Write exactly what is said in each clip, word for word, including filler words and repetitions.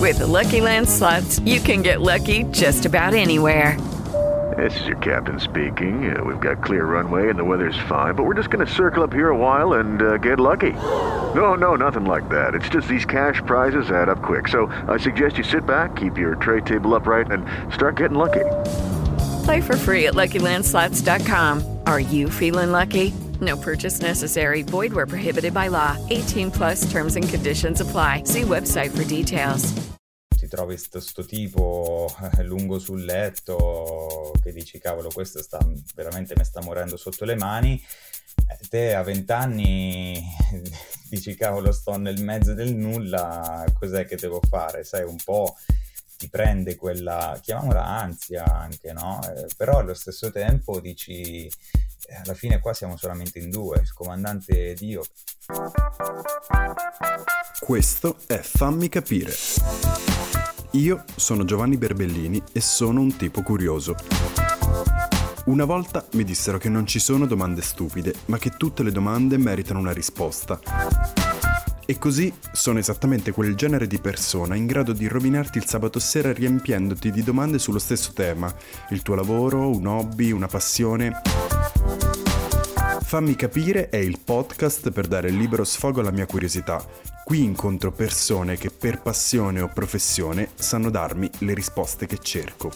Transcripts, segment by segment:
With the Lucky Land Slots, you can get lucky just about anywhere. This is your captain speaking. Uh, we've got clear runway and the weather's fine, but we're just going to circle up here a while and uh, get lucky. No, no, nothing like that. It's just these cash prizes add up quick. So I suggest you sit back, keep your tray table upright, and start getting lucky. Play for free at Lucky Land Slots dot com. Are you feeling lucky? No purchase necessary. Void where prohibited by law. eighteen plus terms and conditions apply. See website for details. Ti trovi sto, sto tipo eh, lungo sul letto che dici cavolo, questo sta veramente mi sta morendo sotto le mani. Eh, te a vent'anni dici cavolo, sto nel mezzo del nulla, cos'è che devo fare? Sai, un po' ti prende quella, chiamiamola ansia anche, no? Eh, però allo stesso tempo dici eh, alla fine qua siamo solamente in due, il comandante è Dio. Questo è Fammi Capire. Io sono Giovanni Berbellini e sono un tipo curioso. Una volta mi dissero che non ci sono domande stupide, ma che tutte le domande meritano una risposta. E così sono esattamente quel genere di persona in grado di rovinarti il sabato sera riempiendoti di domande sullo stesso tema, il tuo lavoro, un hobby, una passione. Fammi Capire è il podcast per dare libero sfogo alla mia curiosità. Qui incontro persone che per passione o professione sanno darmi le risposte che cerco.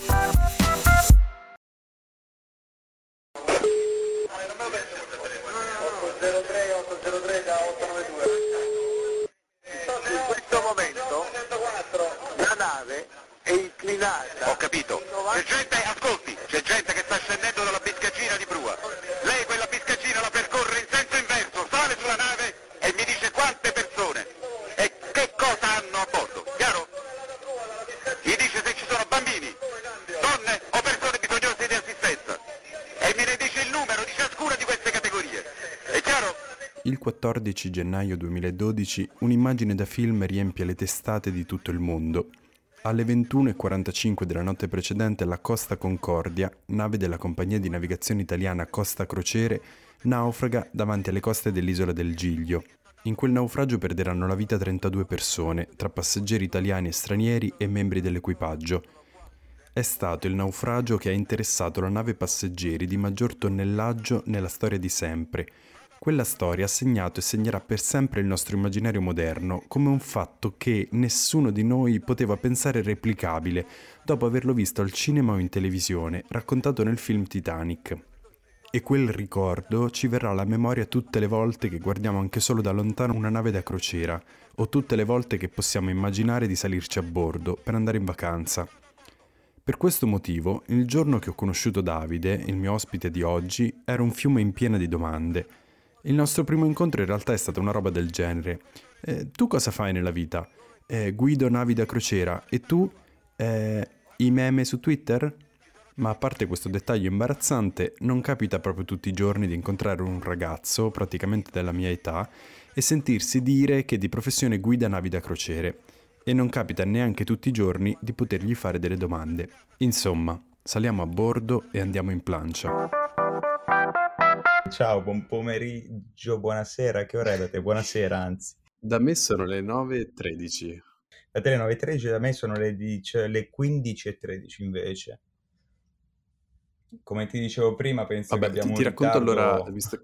In questo momento la nave è inclinata. Ho capito. C'è gente, ascolti, c'è gente che sta scendendo dalla biscaggina di prua. Lei quella biscaggina la percorre in senso inverso, sale sulla nave e mi dice quante persone e che cosa hanno a bordo, chiaro? Mi dice se ci sono bambini, donne o persone bisognose di assistenza e me ne dice il numero di ciascuna di queste categorie. È chiaro? Il quattordici gennaio duemiladodici un'immagine da film riempie le testate di tutto il mondo. Alle ventuno e quarantacinque della notte precedente la Costa Concordia, nave della compagnia di navigazione italiana Costa Crociere, naufraga davanti alle coste dell'isola del Giglio. In quel naufragio perderanno la vita trentadue persone, tra passeggeri italiani e stranieri e membri dell'equipaggio. È stato il naufragio che ha interessato la nave passeggeri di maggior tonnellaggio nella storia di sempre. Quella storia ha segnato e segnerà per sempre il nostro immaginario moderno come un fatto che nessuno di noi poteva pensare replicabile dopo averlo visto al cinema o in televisione, raccontato nel film Titanic. E quel ricordo ci verrà alla memoria tutte le volte che guardiamo anche solo da lontano una nave da crociera o tutte le volte che possiamo immaginare di salirci a bordo per andare in vacanza. Per questo motivo, il giorno che ho conosciuto Davide, il mio ospite di oggi, era un fiume in piena di domande. Il nostro primo incontro in realtà è stata una roba del genere. Eh, tu cosa fai nella vita? Eh, guido navi da crociera. E tu? Eh, I meme su Twitter? Ma a parte questo dettaglio imbarazzante, non capita proprio tutti i giorni di incontrare un ragazzo, praticamente della mia età, e sentirsi dire che di professione guida navi da crociere. E non capita neanche tutti i giorni di potergli fare delle domande. Insomma, saliamo a bordo e andiamo in plancia. Ciao, buon pomeriggio, buonasera, che ora è da te? Buonasera, anzi. Da me sono le nove e tredici. Da te le nove e tredici, da me sono le, dici- le quindici e tredici invece. Come ti dicevo prima, penso Vabbè, che abbiamo ti, ti un racconto ritardo... allora, visto...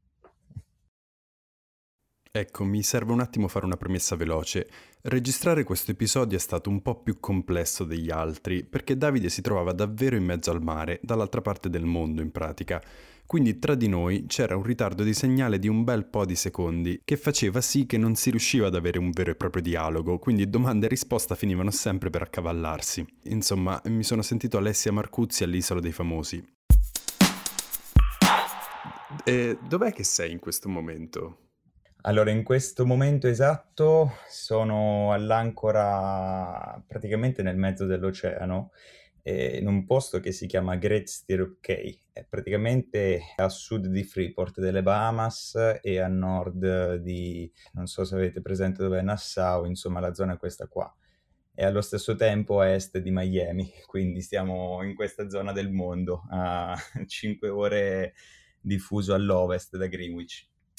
Ecco, mi serve un attimo fare una premessa veloce. Registrare questo episodio è stato un po' più complesso degli altri, perché Davide si trovava davvero in mezzo al mare, dall'altra parte del mondo in pratica. Quindi tra di noi c'era un ritardo di segnale di un bel po' di secondi, che faceva sì che non si riusciva ad avere un vero e proprio dialogo, quindi domanda e risposta finivano sempre per accavallarsi. Insomma, mi sono sentito Alessia Marcuzzi all'Isola dei Famosi. E dov'è che sei in questo momento? Allora, in questo momento esatto sono all'ancora praticamente nel mezzo dell'oceano, eh, in un posto che si chiama Great Stirrup Cay, è praticamente a sud di Freeport delle Bahamas e a nord di, non so se avete presente dove è Nassau, insomma la zona è questa qua, e allo stesso tempo a est di Miami, quindi stiamo in questa zona del mondo, a cinque ore di fuso all'ovest da Greenwich.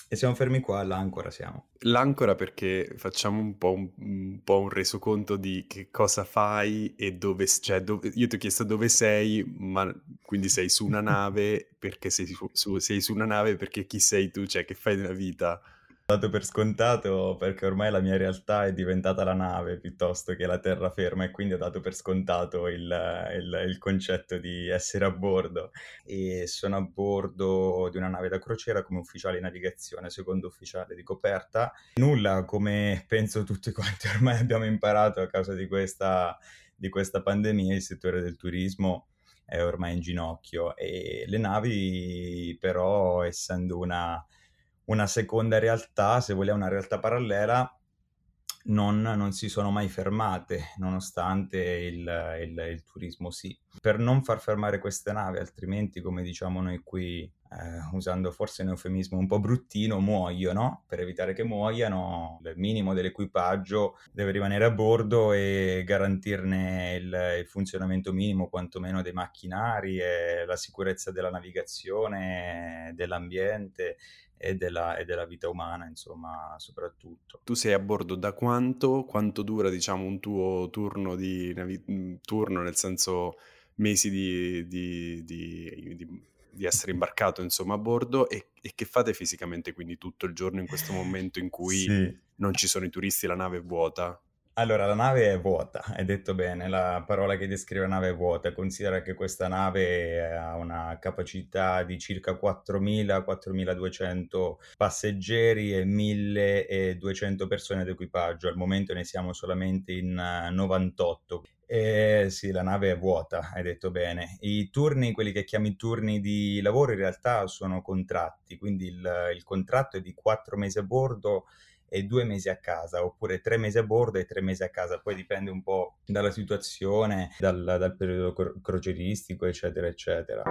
E siamo fermi qua, all'ancora siamo. L'ancora perché facciamo un po' un, un po' un resoconto di che cosa fai e dove, cioè dove, io ti ho chiesto dove sei, ma quindi sei su una nave, perché sei su, su- sei su una nave perché chi sei tu, cioè che fai nella vita? Ho dato per scontato perché ormai la mia realtà è diventata la nave piuttosto che la terraferma e quindi ho dato per scontato il, il- il concetto di essere a bordo. E sono a bordo di una nave da crociera come ufficiale di navigazione, secondo ufficiale di coperta. Nulla, come penso tutti quanti ormai abbiamo imparato a causa di questa, di questa pandemia, il settore del turismo è ormai in ginocchio e le navi però, essendo una una seconda realtà, se vogliamo una realtà parallela, non, non si sono mai fermate, nonostante il, il- il turismo sì. Per non far fermare queste navi, altrimenti, come diciamo noi qui, eh, usando forse un eufemismo un po' bruttino, muoiono. Per evitare che muoiano, il minimo dell'equipaggio deve rimanere a bordo e garantirne il, il funzionamento minimo, quantomeno dei macchinari e la sicurezza della navigazione, dell'ambiente e della, e della vita umana, insomma, soprattutto. Tu sei a bordo da quanto? Quanto dura, diciamo, un tuo turno di navi- mm, turno, nel senso mesi di, di- di- di- di essere imbarcato, insomma, a bordo e, e che fate fisicamente quindi tutto il giorno in questo momento in cui Sì. non ci sono i turisti, la nave è vuota? Allora, la nave è vuota, hai detto bene, la parola che descrive la nave è vuota. Considera che questa nave ha una capacità di circa quattromila-quattromiladuecento passeggeri e milleduecento persone d'equipaggio. Al momento ne siamo solamente in eh, novantotto. Eh, sì, la nave è vuota, hai detto bene. I turni, quelli che chiami turni di lavoro, in realtà sono contratti, quindi il, il contratto è di quattro mesi a bordo e due mesi a casa, oppure tre mesi a bordo e tre mesi a casa, poi dipende un po' dalla situazione, dal, dal periodo cro- crocieristico, eccetera, eccetera.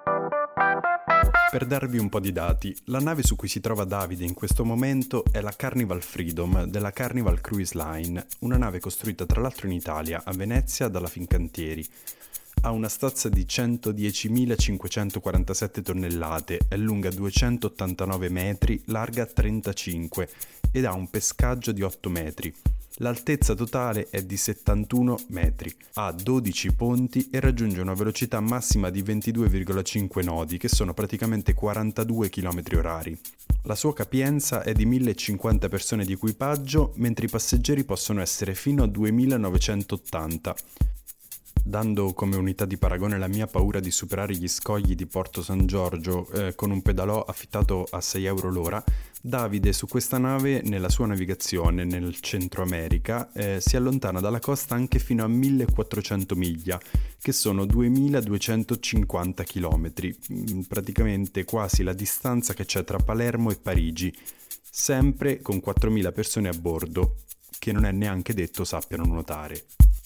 Per darvi un po' di dati, la nave su cui si trova Davide in questo momento è la Carnival Freedom della Carnival Cruise Line, una nave costruita tra l'altro in Italia, a Venezia, dalla Fincantieri. Ha una stazza di centodiecimilacinquecentoquarantasette tonnellate, è lunga duecentottantanove metri, larga trentacinque ed ha un pescaggio di otto metri. L'altezza totale è di settantuno metri, ha dodici ponti e raggiunge una velocità massima di ventidue virgola cinque nodi, che sono praticamente quarantadue chilometri orari. La sua capienza è di millecinquanta persone di equipaggio, mentre i passeggeri possono essere fino a duemilanovecentottanta. Dando come unità di paragone la mia paura di superare gli scogli di Porto San Giorgio eh, con un pedalò affittato a sei euro l'ora, Davide su questa nave nella sua navigazione nel Centro America eh, si allontana dalla costa anche fino a millequattrocento miglia, che sono duemiladuecentocinquanta chilometri, praticamente quasi la distanza che c'è tra Palermo e Parigi, sempre con quattromila persone a bordo, che non è neanche detto sappiano nuotare.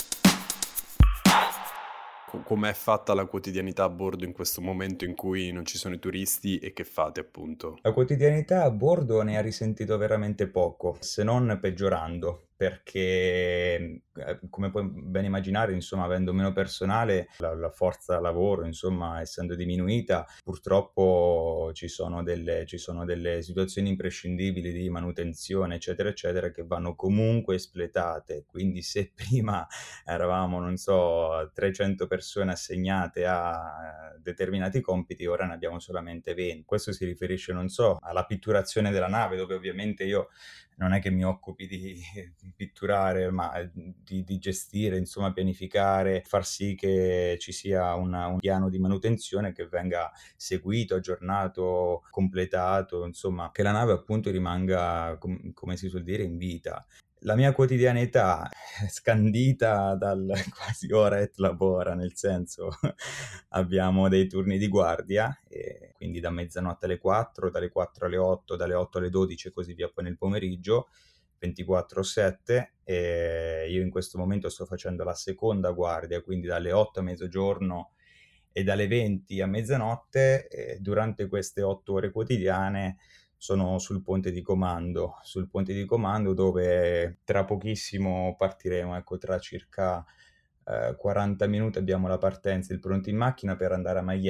Com'è fatta la quotidianità a bordo in questo momento in cui non ci sono i turisti e che fate, appunto? La quotidianità a bordo ne ha risentito veramente poco, se non peggiorando, perché eh, come puoi ben immaginare, insomma, avendo meno personale, la, la forza lavoro, insomma, essendo diminuita, purtroppo ci sono delle, ci sono delle situazioni imprescindibili di manutenzione, eccetera, eccetera, che vanno comunque espletate. Quindi se prima eravamo, non so, trecento persone assegnate a determinati compiti, ora ne abbiamo solamente venti. Questo si riferisce, non so, alla pitturazione della nave, dove ovviamente io non è che mi occupi di, di pitturare, ma di, di gestire, insomma, pianificare, far sì che ci sia una, un piano di manutenzione che venga seguito, aggiornato, completato, insomma, che la nave appunto rimanga, com- come si suol dire, in vita. La mia quotidianità è scandita dal quasi ora et labora, nel senso abbiamo dei turni di guardia, e quindi da mezzanotte alle quattro, dalle quattro alle otto, dalle otto alle dodici e così via poi nel pomeriggio, ventiquattro sette, e io in questo momento sto facendo la seconda guardia, quindi dalle otto a mezzogiorno e dalle venti a mezzanotte, e durante queste otto ore quotidiane sono sul ponte di comando, sul ponte di comando dove tra pochissimo partiremo, ecco, tra circa eh, quaranta minuti abbiamo la partenza, il pronto in macchina per andare a Miami,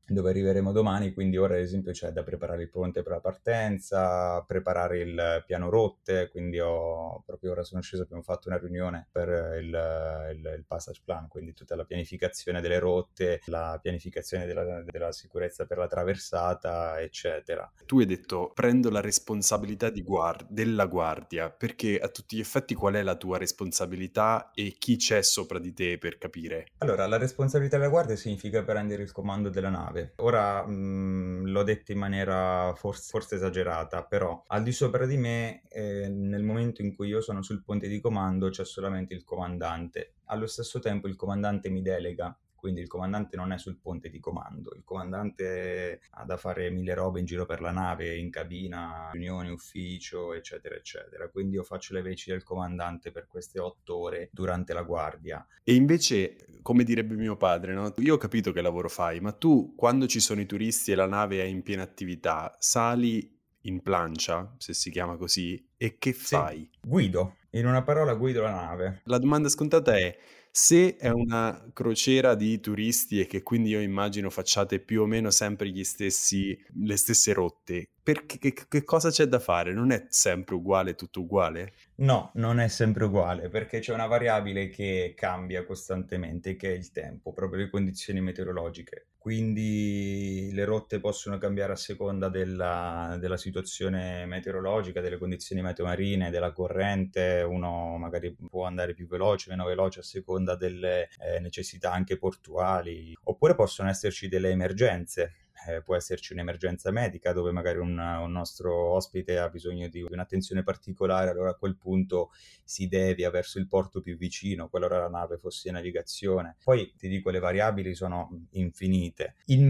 dove arriveremo domani, quindi ora ad esempio c'è da preparare il ponte per la partenza, preparare il piano rotte, quindi ho proprio ora sono sceso, abbiamo fatto una riunione per il, il, il passage plan, quindi tutta la pianificazione delle rotte, la pianificazione della, della sicurezza per la traversata, eccetera. Tu hai detto prendo la responsabilità di guard- della guardia, perché a tutti gli effetti qual è la tua responsabilità e chi c'è sopra di te, per capire? Allora, la responsabilità della guardia significa prendere il comando della nave. Ora, mh, l'ho detto in maniera forse, forse esagerata, però al di sopra di me, eh, nel momento in cui io sono sul ponte di comando, c'è solamente il comandante. Allo stesso tempo il comandante mi delega. Quindi il comandante non è sul ponte di comando, il comandante ha da fare mille robe in giro per la nave, in cabina, riunioni, ufficio, eccetera, eccetera. Quindi io faccio le veci del comandante per queste otto ore durante la guardia. E invece, come direbbe mio padre, no? Io ho capito che lavoro fai, ma tu quando ci sono i turisti e la nave è in piena attività, sali in plancia, se si chiama così, e che fai? Sì, guido, in una parola guido la nave. La domanda scontata è: se è una crociera di turisti e che quindi io immagino facciate più o meno sempre gli stessi, le stesse rotte, perché, che, che cosa c'è da fare? Non è sempre uguale, tutto uguale? No, non è sempre uguale, perché c'è una variabile che cambia costantemente, che è il tempo, proprio le condizioni meteorologiche. Quindi le rotte possono cambiare a seconda della, della situazione meteorologica, delle condizioni meteo marine, della corrente. Uno magari può andare più veloce, meno veloce a seconda delle eh, necessità anche portuali, oppure possono esserci delle emergenze. Eh, può esserci un'emergenza medica dove magari un, un nostro ospite ha bisogno di un'attenzione particolare, allora a quel punto si devia verso il porto più vicino, qualora la nave fosse in navigazione. Poi ti dico, le variabili sono infinite. In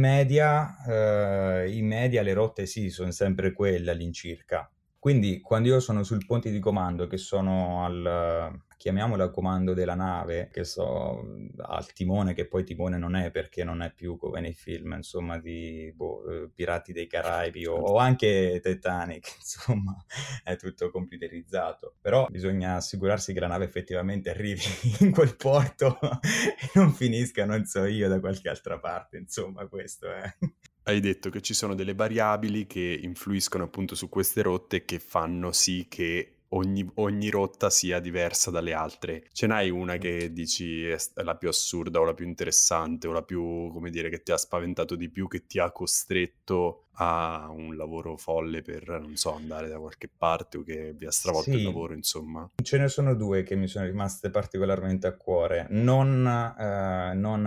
media, eh, in media le rotte sì, sono sempre quelle all'incirca. Quindi quando io sono sul ponte di comando, che sono al, chiamiamolo al comando della nave, che so, al timone, che poi timone non è perché non è più come nei film, insomma, di boh, eh, Pirati dei Caraibi o, o anche Titanic, insomma, è tutto computerizzato. Però bisogna assicurarsi che la nave effettivamente arrivi in quel porto e non finisca, non so io, da qualche altra parte, insomma, questo è... Hai detto che ci sono delle variabili che influiscono appunto su queste rotte e che fanno sì che ogni, ogni rotta sia diversa dalle altre. Ce n'hai una che dici è la più assurda o la più interessante o la più, come dire, che ti ha spaventato di più, che ti ha costretto a un lavoro folle per, non so, andare da qualche parte o che vi ha stravolto Sì, il lavoro, insomma? ce ne sono due che mi sono rimaste particolarmente a cuore. Non, eh, non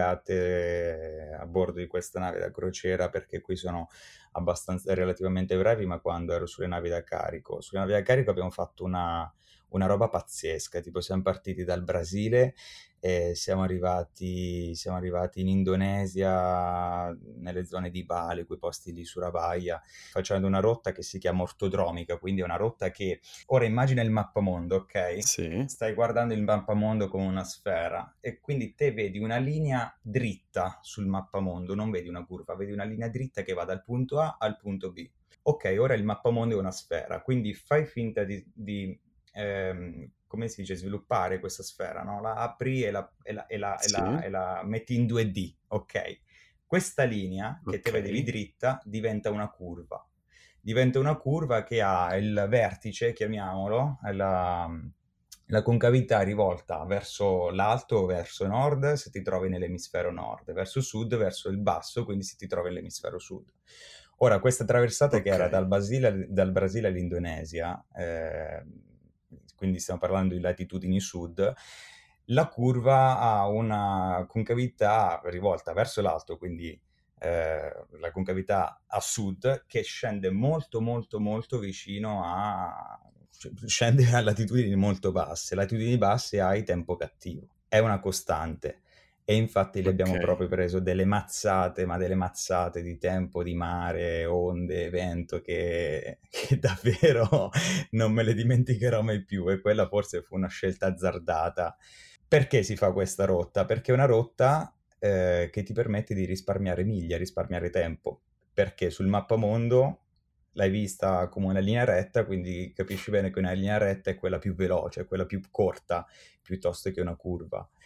navigate a bordo di questa nave da crociera, perché qui sono abbastanza relativamente brevi, ma quando ero sulle navi da carico. Sulle navi da carico abbiamo fatto una, una roba pazzesca, tipo siamo partiti dal Brasile e siamo arrivati, siamo arrivati in Indonesia, nelle zone di Bali, quei posti di Surabaya, facendo una rotta che si chiama ortodromica, quindi è una rotta che... Ora immagina il mappamondo, ok? Sì. Stai guardando il mappamondo come una sfera e quindi te vedi una linea dritta sul mappamondo, non vedi una curva, vedi una linea dritta che va dal punto A al punto B. Ok, ora il mappamondo è una sfera, quindi fai finta di... di ehm, come si dice, sviluppare questa sfera, no? La apri e la, e la, e la, Sì. e la, e la metti in due D, ok? Questa linea che te Ok. vedevi dritta diventa una curva. Diventa una curva che ha il vertice, chiamiamolo, la, la concavità rivolta verso l'alto o verso nord se ti trovi nell'emisfero nord, verso sud verso il basso, quindi se ti trovi nell'emisfero sud. Ora, questa traversata, Ok. che era dal Brasile, dal Brasile all'Indonesia, eh, quindi stiamo parlando di latitudini sud, la curva ha una concavità rivolta verso l'alto, quindi eh, la concavità a sud, che scende molto molto molto vicino a... cioè, scende a latitudini molto basse. Latitudini basse hai tempo cattivo, è una costante. E infatti le abbiamo Ok. proprio preso delle mazzate, ma delle mazzate di tempo, di mare, onde, vento, che, che davvero non me le dimenticherò mai più. E quella forse fu una scelta azzardata. Perché si fa questa rotta? Perché è una rotta eh, che ti permette di risparmiare miglia, risparmiare tempo. Perché sul mappamondo l'hai vista come una linea retta, quindi capisci bene che una linea retta è quella più veloce, quella più corta, piuttosto che una curva.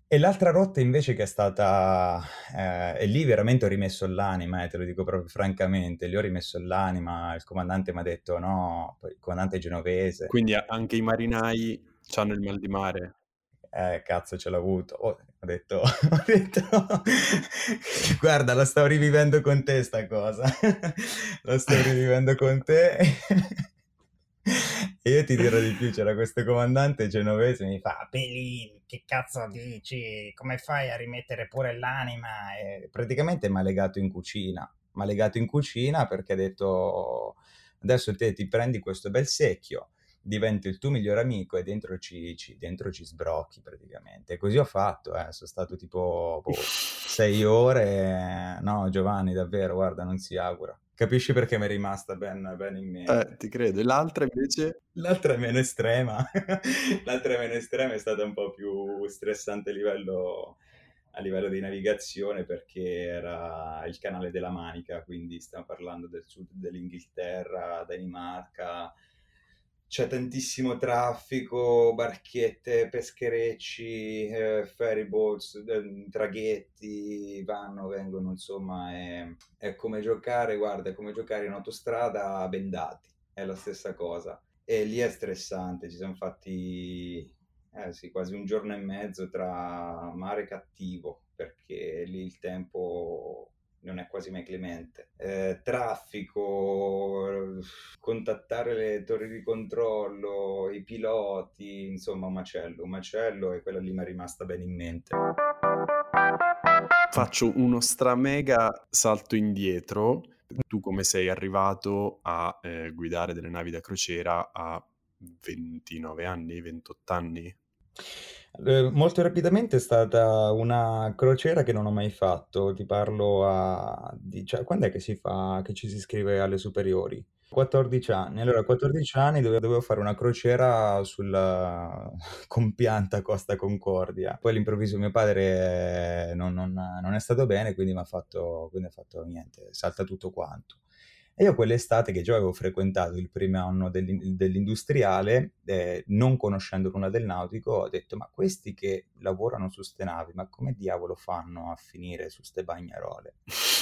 E l'altra rotta invece che è stata, eh, e lì veramente ho rimesso l'anima, eh, te lo dico proprio francamente, lì ho rimesso l'anima, il comandante mi ha detto no, poi il comandante genovese, Quindi a- anche i marinai hanno il mal di mare. eh, cazzo ce l'ho avuto, oh, ho detto, ho detto, guarda, la stavo rivivendo con te sta cosa, la sto rivivendo con te. E io ti dirò di più, c'era questo comandante genovese, mi fa, Pelin, che cazzo dici? Come fai a rimettere pure l'anima? E praticamente mi ha legato in cucina, mi ha legato in cucina perché ha detto, adesso te ti prendi questo bel secchio, diventi il tuo migliore amico e dentro ci, ci- dentro ci sbrocchi praticamente. E così ho fatto, eh, sono stato tipo boh, sei ore, no Giovanni, davvero, guarda, non si augura. Capisci perché mi è rimasta ben, ben in mente. Eh, ti credo. E l'altra invece? L'altra è meno estrema, l'altra è meno estrema, è stata un po' più stressante a livello, a livello di navigazione perché era il canale della Manica, quindi stiamo parlando del sud dell'Inghilterra, Danimarca, c'è tantissimo traffico, barchette, pescherecci, eh, ferry boats, eh, traghetti, vanno, vengono, insomma, è, è come giocare, guarda, è come giocare in autostrada bendati, è la stessa cosa. E lì è stressante, ci siamo fatti eh sì, quasi un giorno e mezzo tra mare cattivo, perché lì il tempo non è quasi mai clemente. Eh, traffico, contattare le torri di controllo, i piloti, insomma un macello, un macello e quella lì mi è rimasta bene in mente. Faccio uno stramega salto indietro. Tu come sei arrivato a eh, guidare delle navi da crociera a ventinove anni, ventotto anni? Eh, molto rapidamente è stata una crociera che non ho mai fatto, ti parlo a... di- cioè, quando è che si fa, che ci si iscrive alle superiori? quattordici anni. Allora, a quattordici anni dove- dovevo fare una crociera sulla compianta Costa Concordia. Poi all'improvviso mio padre eh, non, non- non è stato bene, quindi mi ha fatto, quindi ha fatto niente, salta tutto quanto. E io quell'estate che già avevo frequentato il primo anno dell'in- dell'industriale, eh, non conoscendo nulla del nautico, ho detto, ma questi che lavorano su ste navi, ma come diavolo fanno a finire su ste bagnarole?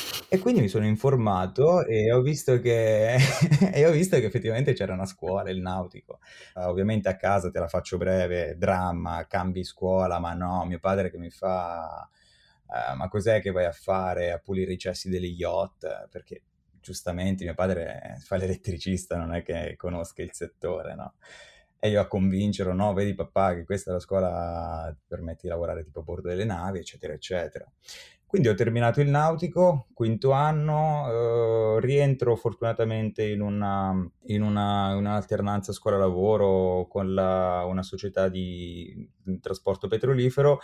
E quindi mi sono informato e ho visto che, e ho visto che effettivamente c'era una scuola, il nautico. Eh, ovviamente a casa te la faccio breve, dramma, cambi scuola, ma no, mio padre che mi fa, eh, ma cos'è che vai a fare? A pulire i cessi degli yacht? Perché giustamente mio padre fa l'elettricista, non è che conosca il settore, no? E io a convincerlo, no, vedi papà che questa è la scuola, ti permette di lavorare tipo a bordo delle navi, eccetera, eccetera. Quindi ho terminato il nautico, quinto anno, eh, rientro fortunatamente in una, in una, un'alternanza scuola-lavoro con la- una società di, di trasporto petrolifero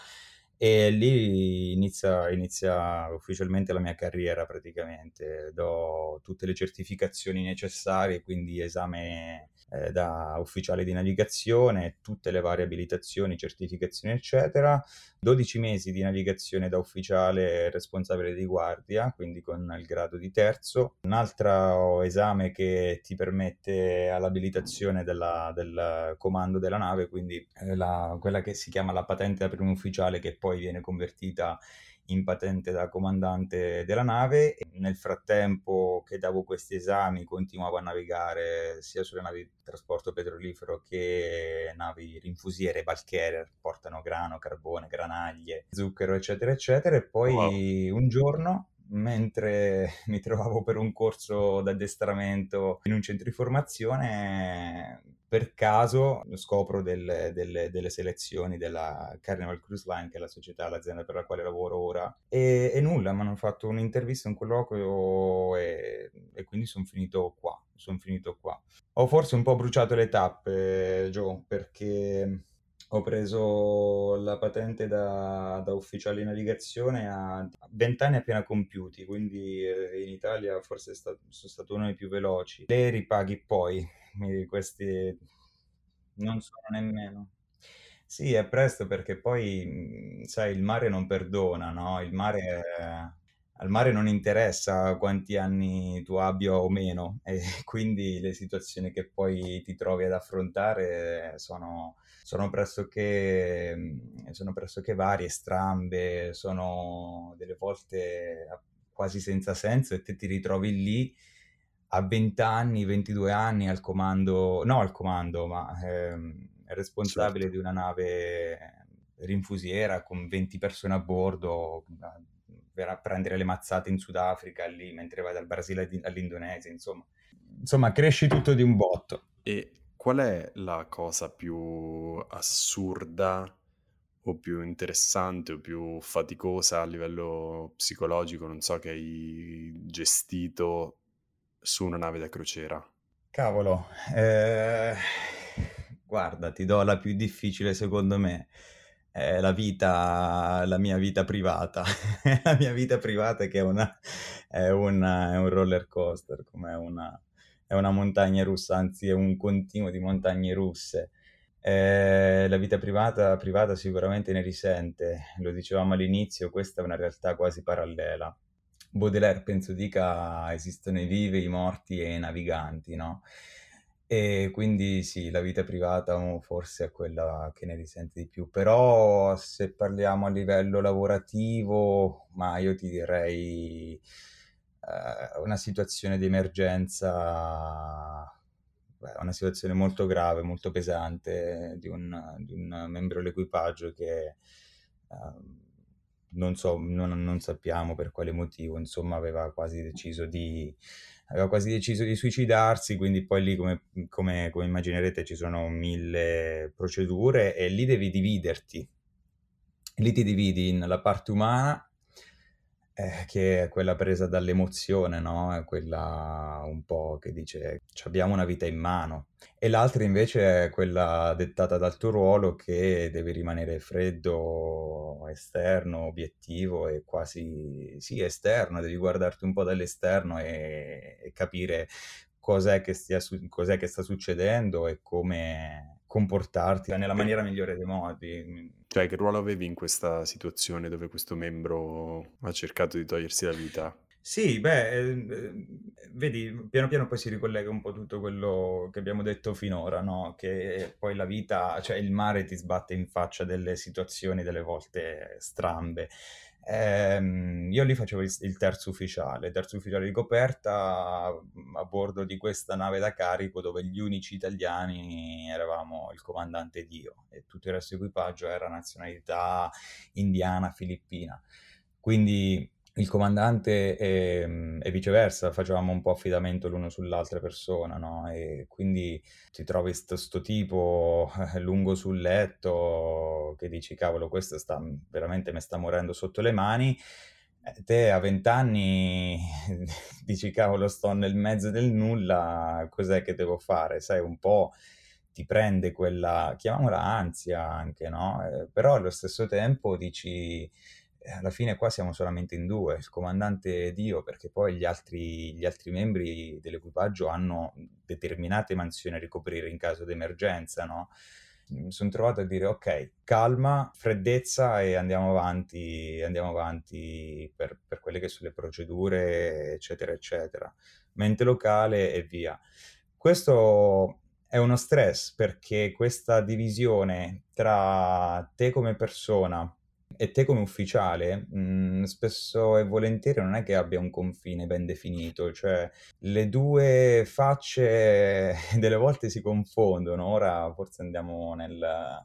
e lì inizia, inizia ufficialmente la mia carriera praticamente. Do tutte le certificazioni necessarie, quindi esame eh, da ufficiale di navigazione, tutte le varie abilitazioni, certificazioni, eccetera. dodici mesi di navigazione da ufficiale responsabile di guardia, quindi con il grado di terzo. Un altro esame che ti permette all'abilitazione della- del comando della nave, quindi eh, la- quella che si chiama la patente da primo ufficiale, che poi viene convertita in patente da comandante della nave. E nel frattempo che davo questi esami continuavo a navigare sia sulle navi di trasporto petrolifero che navi rinfusiere, bulk carrier, portano grano, carbone, granaglie, zucchero, eccetera, eccetera. E Wow. poi un giorno, mentre mi trovavo per un corso d'addestramento in un centro di formazione, per caso scopro delle, delle- delle selezioni della Carnival Cruise Line, che è la società, l'azienda per la quale lavoro ora, e, e nulla, mi hanno fatto un'intervista, un colloquio e, e quindi sono finito qua, sono finito qua. Ho forse un po' bruciato le tappe, Joe, perché ho preso la patente da, da ufficiale di navigazione a venti anni appena compiuti, quindi eh, in Italia forse è stato- sono stato uno dei più veloci. Le ripaghi poi, quindi questi non sono nemmeno. Sì, è presto perché poi, mh, sai, il mare non perdona, no? Il mare, al mare non interessa quanti anni tu abbia o meno, e quindi le situazioni che poi ti trovi ad affrontare sono, sono pressoché, sono pressoché varie, strambe, sono delle volte quasi senza senso, e te ti ritrovi lì a venti anni, ventidue anni al comando, no al comando, ma ehm, responsabile Certo. di una nave rinfusiera con venti persone a bordo, per a prendere le mazzate in Sudafrica lì, mentre vai dal Brasile all'Indonesia, insomma. Insomma, cresci tutto di un botto. E qual è la cosa più assurda o più interessante o più faticosa a livello psicologico, non so, che hai gestito su una nave da crociera? Cavolo, eh, guarda, ti do la più difficile secondo me. È la vita, la mia vita privata. La mia vita privata che è una, è una- è un roller coaster, come è una, è una montagna russa, anzi è un continuo di montagne russe. Eh, la vita privata, privata sicuramente ne risente, lo dicevamo all'inizio, questa è una realtà quasi parallela. Baudelaire penso dica esistono i vivi, i morti e i naviganti, no? E quindi sì, la vita privata oh, forse è quella che ne risente di più, però se parliamo a livello lavorativo, ma io ti direi eh, una situazione di emergenza, beh, una situazione molto grave, molto pesante di un, di un membro dell'equipaggio che ehm, non so, non, non sappiamo per quale motivo, insomma, aveva quasi deciso di, aveva quasi deciso di suicidarsi, quindi poi lì, come, come, come immaginerete, ci sono mille procedure e lì devi dividerti. Lì ti dividi in la parte umana, eh, che è quella presa dall'emozione, no? È quella un po' che dice "Ci abbiamo una vita in mano", e l'altra invece è quella dettata dal tuo ruolo, che deve rimanere freddo, esterno, obiettivo e quasi sì, esterno, devi guardarti un po' dall'esterno e, e capire cos'è che stia su- cos'è che sta succedendo e come comportarti nella maniera migliore dei modi. Cioè, che ruolo avevi in questa situazione dove questo membro ha cercato di togliersi la vita? Sì, beh, eh, vedi, piano piano poi si ricollega un po' tutto quello che abbiamo detto finora, no? Che poi la vita, cioè il mare ti sbatte in faccia delle situazioni delle volte strambe. Ehm, io lì facevo il, il terzo ufficiale, terzo ufficiale di coperta a bordo di questa nave da carico dove gli unici italiani eravamo il comandante ed io, e tutto il resto dell'equipaggio era nazionalità indiana, filippina. Quindi il comandante e, e viceversa, facevamo un po' affidamento l'uno sull'altra persona, no? E quindi ti trovi sto, sto tipo eh, lungo sul letto che dici, cavolo, questo sta, veramente mi sta morendo sotto le mani. Eh, Te a venti anni dici, cavolo, sto nel mezzo del nulla, cos'è che devo fare? Sai, un po' ti prende quella, chiamiamola ansia anche, no? Eh, però allo stesso tempo dici eh, alla fine qua siamo solamente in due, il comandante ed io, perché poi gli altri, gli altri membri dell'equipaggio hanno determinate mansioni a ricoprire in caso di emergenza, no? Mi sono trovato a dire ok, calma, freddezza e andiamo avanti, andiamo avanti per, per quelle che sono le procedure, eccetera, eccetera. Mente locale e via. Questo è uno stress perché questa divisione tra te come persona e te come ufficiale, mh, spesso e volentieri non è che abbia un confine ben definito, cioè le due facce delle volte si confondono. Ora forse andiamo nel,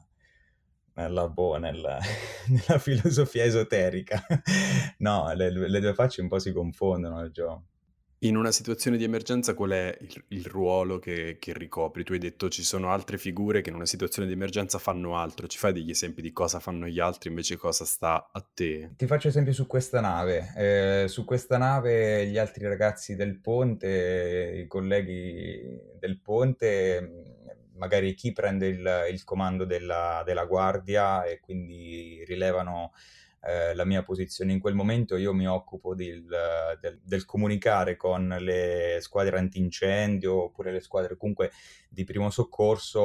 nella, boh, nel- nella filosofia esoterica. No, le, le due facce un po' si confondono, Gio. In una situazione di emergenza qual è il, il ruolo che, che ricopri? Tu hai detto ci sono altre figure che in una situazione di emergenza fanno altro. Ci fai degli esempi di cosa fanno gli altri invece cosa sta a te? Ti faccio esempio su questa nave. Eh, su questa nave gli altri ragazzi del ponte, i colleghi del ponte, mh, magari chi prende il, il comando della, della guardia e quindi rilevano eh, la mia posizione in quel momento, io mi occupo del, del- del comunicare con le squadre antincendio oppure le squadre comunque di primo soccorso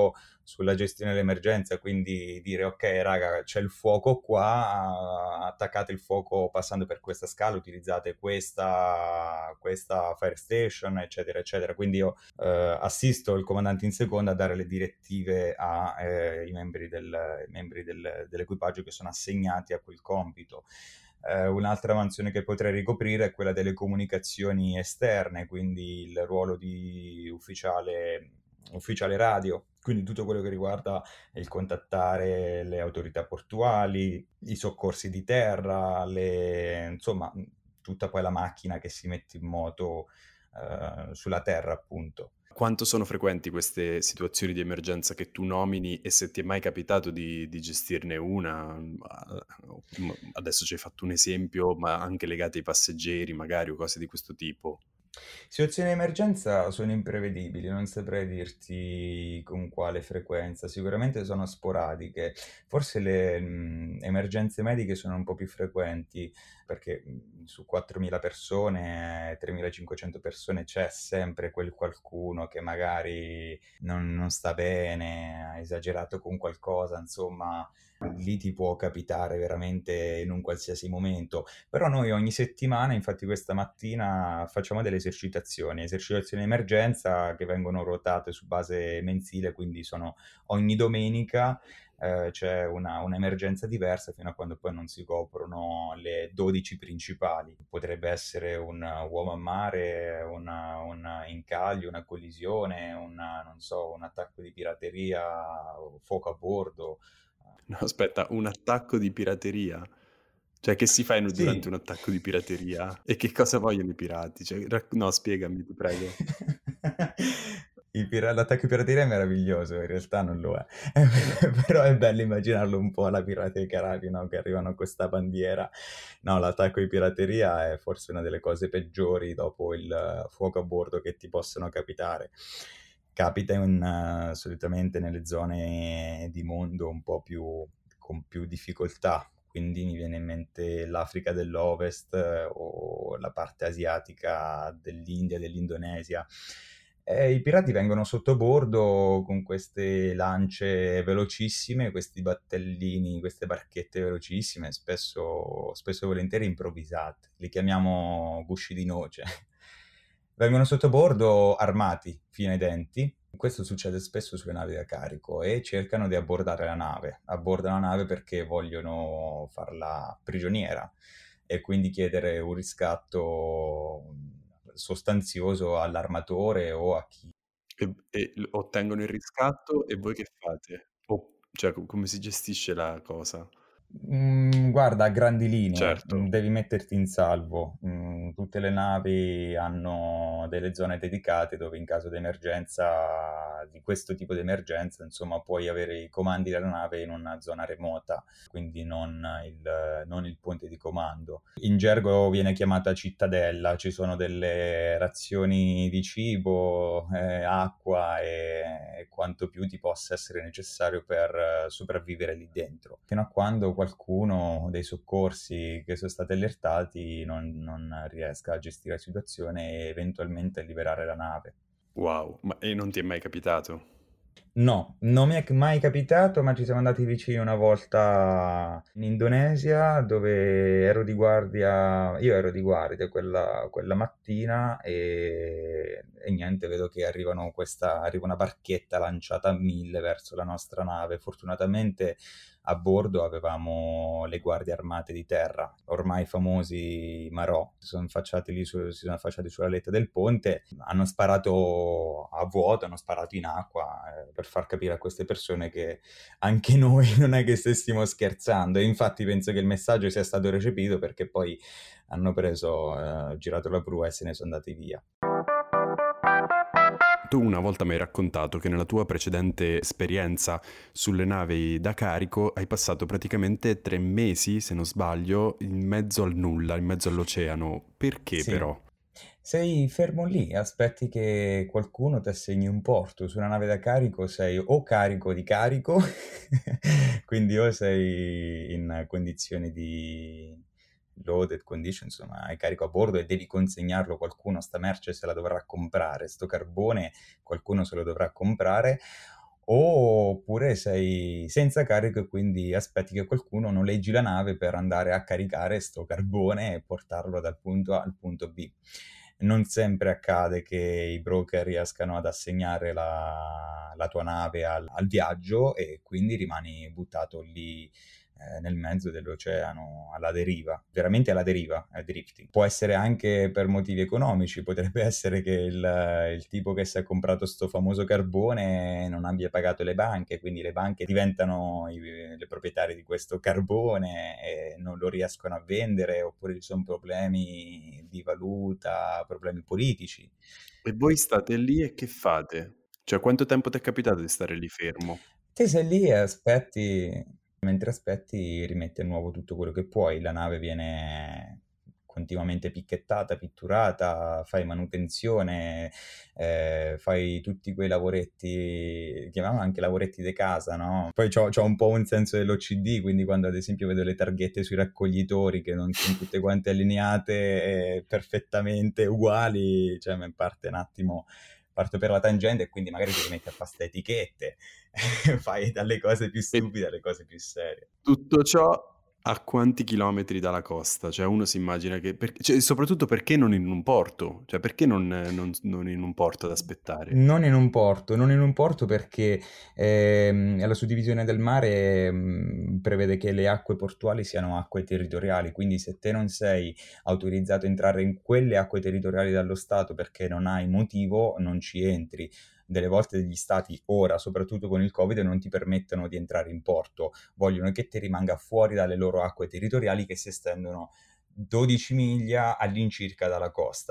sulla gestione dell'emergenza, quindi dire ok raga c'è il fuoco qua, attaccate il fuoco passando per questa scala, utilizzate questa, questa fire station eccetera eccetera, quindi io eh, assisto il comandante in seconda a dare le direttive ai eh, membri, del, membri del, dell'equipaggio che sono assegnati a quel compito. Eh, un'altra mansione che potrei ricoprire è quella delle comunicazioni esterne, quindi il ruolo di ufficiale, ufficiale radio, quindi tutto quello che riguarda il contattare le autorità portuali, i soccorsi di terra, le, insomma, tutta poi la macchina che si mette in moto eh, sulla terra, appunto. Quanto sono frequenti queste situazioni di emergenza che tu nomini e se ti è mai capitato di, di gestirne una? Adesso ci hai fatto un esempio, ma anche legate ai passeggeri magari o cose di questo tipo. Situazioni di emergenza sono imprevedibili, non saprei dirti con quale frequenza, sicuramente sono sporadiche, forse le mh, emergenze mediche sono un po' più frequenti perché mh, su quattromila persone, tremilacinquecento persone c'è sempre quel qualcuno che magari non, non sta bene, ha esagerato con qualcosa, insomma lì ti può capitare veramente in un qualsiasi momento. Però noi ogni settimana, infatti questa mattina, facciamo delle esercitazioni, esercitazioni di emergenza che vengono ruotate su base mensile, quindi sono ogni domenica eh, c'è una, un'emergenza diversa fino a quando poi non si coprono le dodici principali. Potrebbe essere un uomo a mare, una, un incaglio, una collisione, una, non so, un attacco di pirateria, fuoco a bordo. No, aspetta, un attacco di pirateria? Cioè, che si fa in- durante Sì. un attacco di pirateria? E che cosa vogliono i pirati? Cioè, rac- no, spiegami, ti prego. Il pira- L'attacco di pirateria è meraviglioso, in realtà non lo è. Però è bello immaginarlo un po' alla Pirati dei Caraibi, no? Che arrivano con questa bandiera. No, l'attacco di pirateria è forse una delle cose peggiori dopo il eh, fuoco a bordo che ti possono capitare. Capita in, eh, solitamente nelle zone di mondo un po' più con più difficoltà, quindi mi viene in mente l'Africa dell'Ovest eh, o la parte asiatica dell'India, dell'Indonesia. E i pirati vengono sottobordo con queste lance velocissime, questi battellini, queste barchette velocissime, spesso, spesso e volentieri improvvisate. Li chiamiamo gusci di noce. Vengono sottobordo armati fino ai denti. Questo succede spesso sulle navi da carico e cercano di abbordare la nave. Abbordano la nave perché vogliono farla prigioniera e quindi chiedere un riscatto sostanzioso all'armatore o a chi. E, e l- ottengono il riscatto e voi che fate? O, cioè, co- come si gestisce la cosa? Mm, guarda, a grandi linee, mm, Certo. devi metterti in salvo. Mm, tutte le navi hanno delle zone dedicate dove in caso di emergenza, di questo tipo di emergenza, insomma, puoi avere i comandi della nave in una zona remota, quindi non il, non il ponte di comando. In gergo viene chiamata cittadella, ci sono delle razioni di cibo, eh, acqua e, e quanto più ti possa essere necessario per eh, sopravvivere lì dentro, fino a quando qualcuno dei soccorsi che sono stati allertati non, non riesca a gestire la situazione e eventualmente a liberare la nave. Wow, ma e non ti è mai capitato? No, non mi è mai capitato, ma ci siamo andati vicini una volta in Indonesia dove ero di guardia, io ero di guardia quella, quella mattina e, e niente, vedo che arrivano questa, arriva una barchetta lanciata a mille verso la nostra nave. Fortunatamente a bordo avevamo le guardie armate di terra, ormai famosi Marò, si sono affacciati lì su- si sono affacciati sulla letta del ponte, hanno sparato a vuoto, hanno sparato in acqua eh, per far capire a queste persone che anche noi non è che stessimo scherzando. E infatti penso che il messaggio sia stato recepito perché poi hanno preso, eh, girato la prua e se ne sono andati via. Tu una volta mi hai raccontato che nella tua precedente esperienza sulle navi da carico hai passato praticamente tre mesi, se non sbaglio, in mezzo al nulla, in mezzo all'oceano. Perché Sì. però? Sei fermo lì, aspetti che qualcuno ti assegni un porto. Su una nave da carico sei o carico di carico, quindi o sei in condizioni di loaded condition, insomma, hai carico a bordo e devi consegnarlo a qualcuno, sta merce se la dovrà comprare, sto carbone qualcuno se lo dovrà comprare, oppure sei senza carico e quindi aspetti che qualcuno noleggi la nave per andare a caricare sto carbone e portarlo dal punto A al punto B. Non sempre accade che i broker riescano ad assegnare la, la tua nave al, al viaggio e quindi rimani buttato lì eh, nel mezzo dell'oceano alla deriva, veramente alla deriva, al drifting. Può essere anche per motivi economici, potrebbe essere che il, il tipo che si è comprato sto famoso carbone non abbia pagato le banche, quindi le banche diventano i, le proprietarie di questo carbone e non lo riescono a vendere, oppure ci sono problemi di valuta, problemi politici. E voi state lì e che fate? Cioè, quanto tempo ti è capitato di stare lì fermo? Te sei lì e aspetti, mentre aspetti rimetti a nuovo tutto quello che puoi, la nave viene continuamente picchettata, pitturata, fai manutenzione, eh, fai tutti quei lavoretti, chiamiamo anche lavoretti di casa, no? Poi c'ho, c'ho un po' un senso dell'O C D, quindi quando ad esempio vedo le targhette sui raccoglitori che non sono tutte quante allineate e perfettamente uguali, cioè mi parte un attimo... parto per la tangente e quindi magari ti rimetti a fare ste etichette, fai dalle cose più stupide alle cose più serie. Tutto ciò a quanti chilometri dalla costa? Cioè uno si immagina che... Per... Cioè, soprattutto perché non in un porto? Cioè perché non, non, non in un porto ad aspettare? Non in un porto, non in un porto perché ehm, la suddivisione del mare ehm, prevede che le acque portuali siano acque territoriali, quindi se te non sei autorizzato a entrare in quelle acque territoriali dallo Stato perché non hai motivo, non ci entri. Delle volte degli stati, ora soprattutto con il Covid, non ti permettono di entrare in porto, vogliono che te rimanga fuori dalle loro acque territoriali che si estendono dodici miglia all'incirca dalla costa.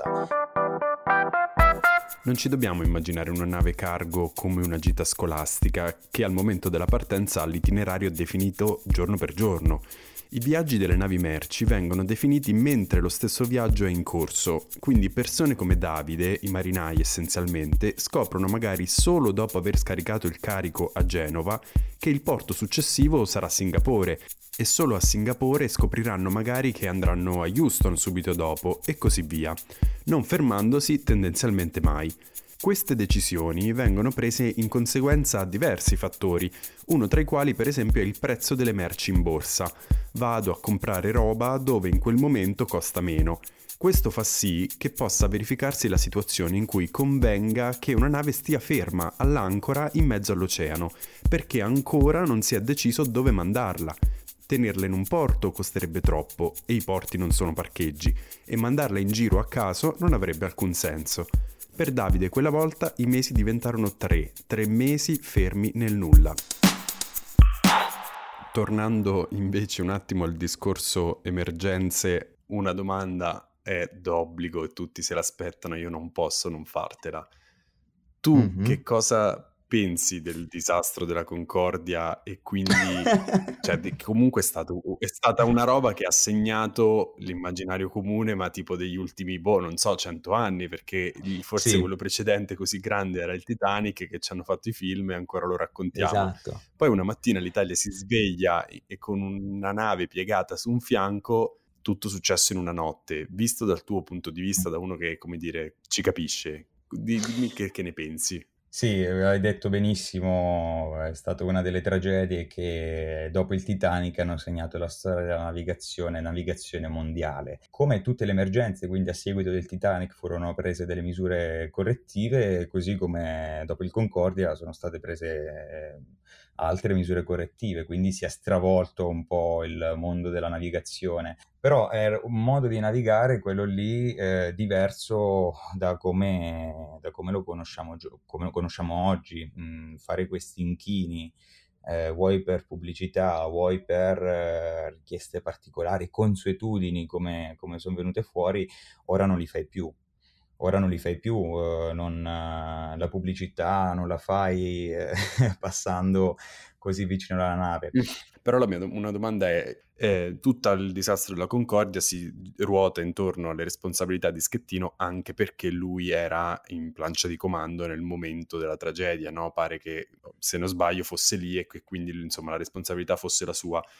Non ci dobbiamo immaginare una nave cargo come una gita scolastica che al momento della partenza ha l'itinerario definito giorno per giorno. I viaggi delle navi merci vengono definiti mentre lo stesso viaggio è in corso, quindi persone come Davide, i marinai essenzialmente, scoprono magari solo dopo aver scaricato il carico a Genova che il porto successivo sarà Singapore e solo a Singapore scopriranno magari che andranno a Houston subito dopo e così via, non fermandosi tendenzialmente mai. Queste decisioni vengono prese in conseguenza a diversi fattori, uno tra i quali per esempio è il prezzo delle merci in borsa. Vado a comprare roba dove in quel momento costa meno. Questo fa sì che possa verificarsi la situazione in cui convenga che una nave stia ferma all'ancora in mezzo all'oceano, perché ancora non si è deciso dove mandarla. Tenerla in un porto costerebbe troppo e i porti non sono parcheggi, e mandarla in giro a caso non avrebbe alcun senso. Per Davide quella volta i mesi diventarono tre, tre mesi fermi nel nulla. Tornando invece un attimo al discorso emergenze, una domanda è d'obbligo e tutti se l'aspettano, io non posso non fartela. Tu mm-hmm. che cosa pensi del disastro della Concordia e quindi cioè, comunque è, stato, è stata una roba che ha segnato l'immaginario comune, ma tipo degli ultimi, boh, non so, cento anni, perché forse sì. Quello precedente così grande era il Titanic, che ci hanno fatto i film e ancora lo raccontiamo. Esatto. Poi una mattina l'Italia si sveglia e con una nave piegata su un fianco tutto successo in una notte. Visto dal tuo punto di vista, da uno che, come dire, ci capisce, dimmi che, che ne pensi. Sì, hai detto benissimo, è stata una delle tragedie che dopo il Titanic hanno segnato la storia della navigazione, navigazione mondiale. Come tutte le emergenze, quindi a seguito del Titanic furono prese delle misure correttive, così come dopo il Concordia sono state prese altre misure correttive, quindi si è stravolto un po' il mondo della navigazione. Però è un modo di navigare quello lì eh, diverso da come, da come lo conosciamo, come lo conosciamo oggi. Mm, fare questi inchini, eh, vuoi per pubblicità, vuoi per eh, richieste particolari, consuetudini come, come sono venute fuori, ora non li fai più. Ora non li fai più, eh, non, eh, la pubblicità non la fai eh, passando così vicino alla nave. Però la mia una domanda è, eh, tutto il disastro della Concordia si ruota intorno alle responsabilità di Schettino, anche perché lui era in plancia di comando nel momento della tragedia, no? Pare che, se non sbaglio, fosse lì e che quindi insomma la responsabilità fosse la sua.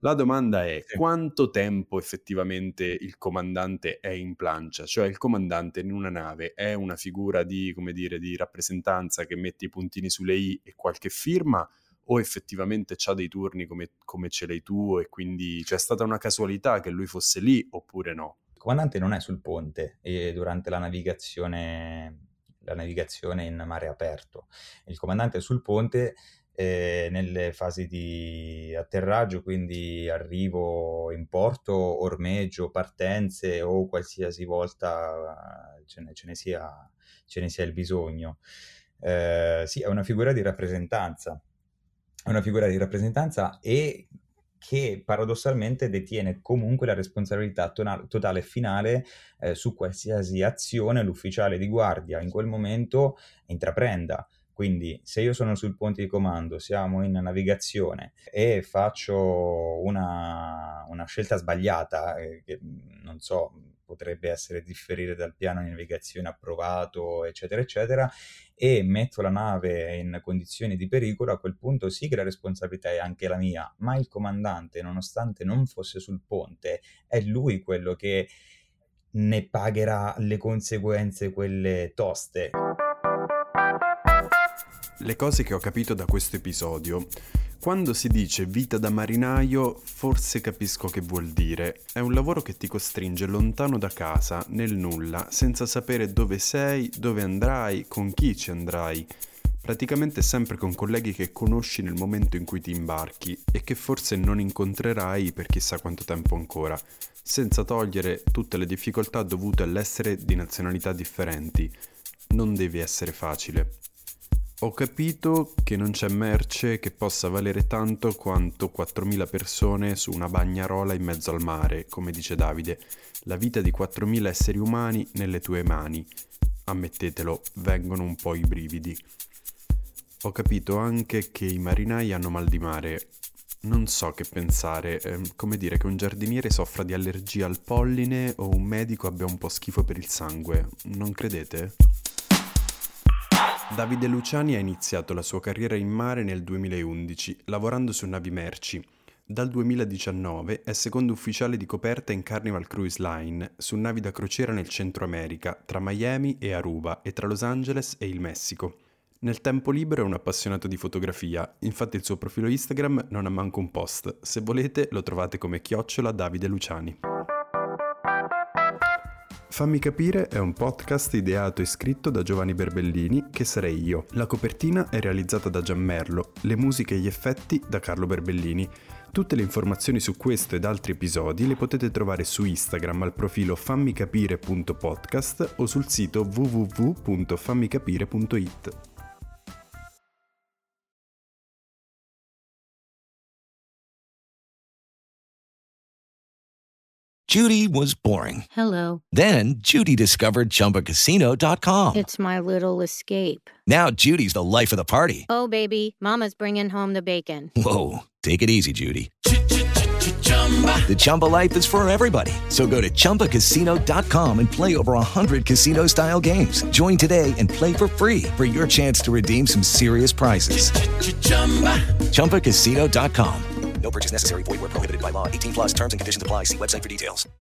La domanda è: Sì. quanto tempo effettivamente il comandante è in plancia? Cioè il comandante in una nave è una figura di, come dire, di rappresentanza che mette i puntini sulle i e qualche firma, o effettivamente c'ha dei turni come, come ce l'hai tu e quindi c'è stata una casualità che lui fosse lì oppure no? Il comandante non è sul ponte e durante la navigazione, la navigazione in mare aperto. Il comandante è sul ponte eh, nelle fasi di atterraggio, quindi arrivo in porto, ormeggio, partenze o qualsiasi volta ce ne, ce ne sia, ce ne sia il bisogno. Eh, sì, è una figura di rappresentanza, è una figura di rappresentanza e che paradossalmente detiene comunque la responsabilità tona- totale e finale eh, su qualsiasi azione l'ufficiale di guardia in quel momento intraprenda. Quindi se io sono sul ponte di comando, siamo in navigazione e faccio una, una scelta sbagliata, eh, che non so, potrebbe essere differire dal piano di navigazione approvato, eccetera, eccetera, e metto la nave in condizioni di pericolo, a quel punto sì che la responsabilità è anche la mia, ma il comandante, nonostante non fosse sul ponte, è lui quello che ne pagherà le conseguenze, quelle toste. Le cose che ho capito da questo episodio: quando si dice vita da marinaio, forse capisco che vuol dire. È un lavoro che ti costringe lontano da casa, nel nulla, senza sapere dove sei, dove andrai, con chi ci andrai. Praticamente sempre con colleghi che conosci nel momento in cui ti imbarchi e che forse non incontrerai per chissà quanto tempo ancora, senza togliere tutte le difficoltà dovute all'essere di nazionalità differenti. Non deve essere facile. Ho capito che non c'è merce che possa valere tanto quanto quattromila persone su una bagnarola in mezzo al mare, come dice Davide. La vita di quattromila esseri umani nelle tue mani. Ammettetelo, vengono un po' i brividi. Ho capito anche che i marinai hanno mal di mare. Non so che pensare, eh, come dire che un giardiniere soffra di allergia al polline o un medico abbia un po' schifo per il sangue. Non credete? Davide Luciani ha iniziato la sua carriera in mare nel duemilaundici, lavorando su navi merci. Dal duemiladiciannove è secondo ufficiale di coperta in Carnival Cruise Line, su navi da crociera nel Centro America, tra Miami e Aruba e tra Los Angeles e il Messico. Nel tempo libero è un appassionato di fotografia, infatti il suo profilo Instagram non ha manco un post. Se volete lo trovate come chiocciola Davide Luciani. Fammi capire è un podcast ideato e scritto da Giovanni Berbellini, che sarei io. La copertina è realizzata da Gianmerlo, le musiche e gli effetti da Carlo Berbellini. Tutte le informazioni su questo ed altri episodi le potete trovare su Instagram al profilo fammicapire punto podcast o sul sito w w w punto fammicapire punto i t. Judy was boring. Hello. Then Judy discovered Chumba Casino dot com. It's my little escape. Now Judy's the life of the party. Oh, baby, mama's bringing home the bacon. Whoa, take it easy, Judy. The Chumba life is for everybody. So go to Chumba Casino dot com and play over one hundred casino-style games. Join today and play for free for your chance to redeem some serious prizes. Chumba Casino dot com. No purchase necessary. Void where prohibited by law. eighteen plus terms and conditions apply. See website for details.